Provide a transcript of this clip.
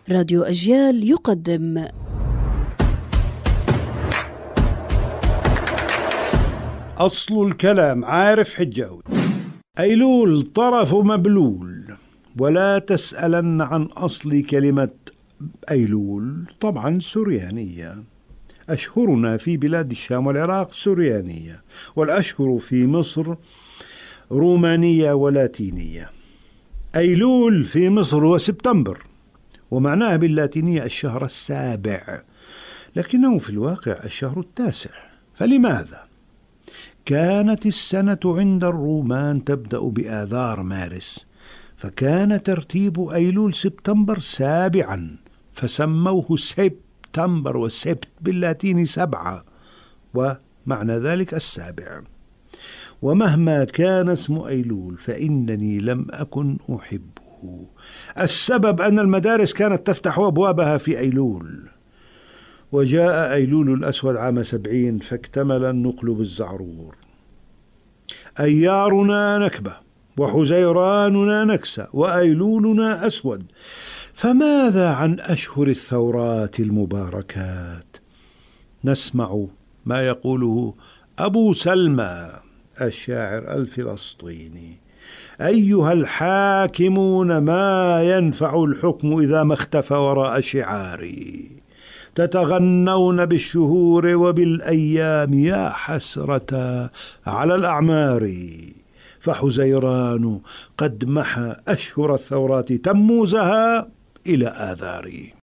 راديو أجيال يقدم أصل الكلام عارف حجاوي. أيلول طرف مبلول، ولا تسألن عن أصل كلمة أيلول. طبعا سريانية. أشهرنا في بلاد الشام والعراق سريانية، والأشهر في مصر رومانية ولاتينية. أيلول في مصر هو سبتمبر، ومعناه باللاتينية الشهر السابع، لكنه في الواقع الشهر التاسع. فلماذا؟ كانت السنة عند الرومان تبدأ بآذار مارس، فكان ترتيب أيلول سبتمبر سابعا، فسموه سبتمبر، والسبت باللاتيني 7، ومعنى ذلك السابع. ومهما كان اسم أيلول فإنني لم أكن أحبه. السبب أن المدارس كانت تفتح أبوابها في أيلول، وجاء أيلول الأسود عام 70 فاكتمل النقل بالزعرور. أيارنا نكبة، وحزيراننا نكسة، وأيلولنا أسود. فماذا عن أشهر الثورات المباركات؟ نسمع ما يقوله أبو سلمى الشاعر الفلسطيني: أيها الحاكمون ما ينفع الحكم إذا ما اختفى وراء شعاري، تتغنون بالشهور وبالأيام يا حسرة على الأعمار، فحزيران قد محى أشهر الثورات تموزها إلى آذار.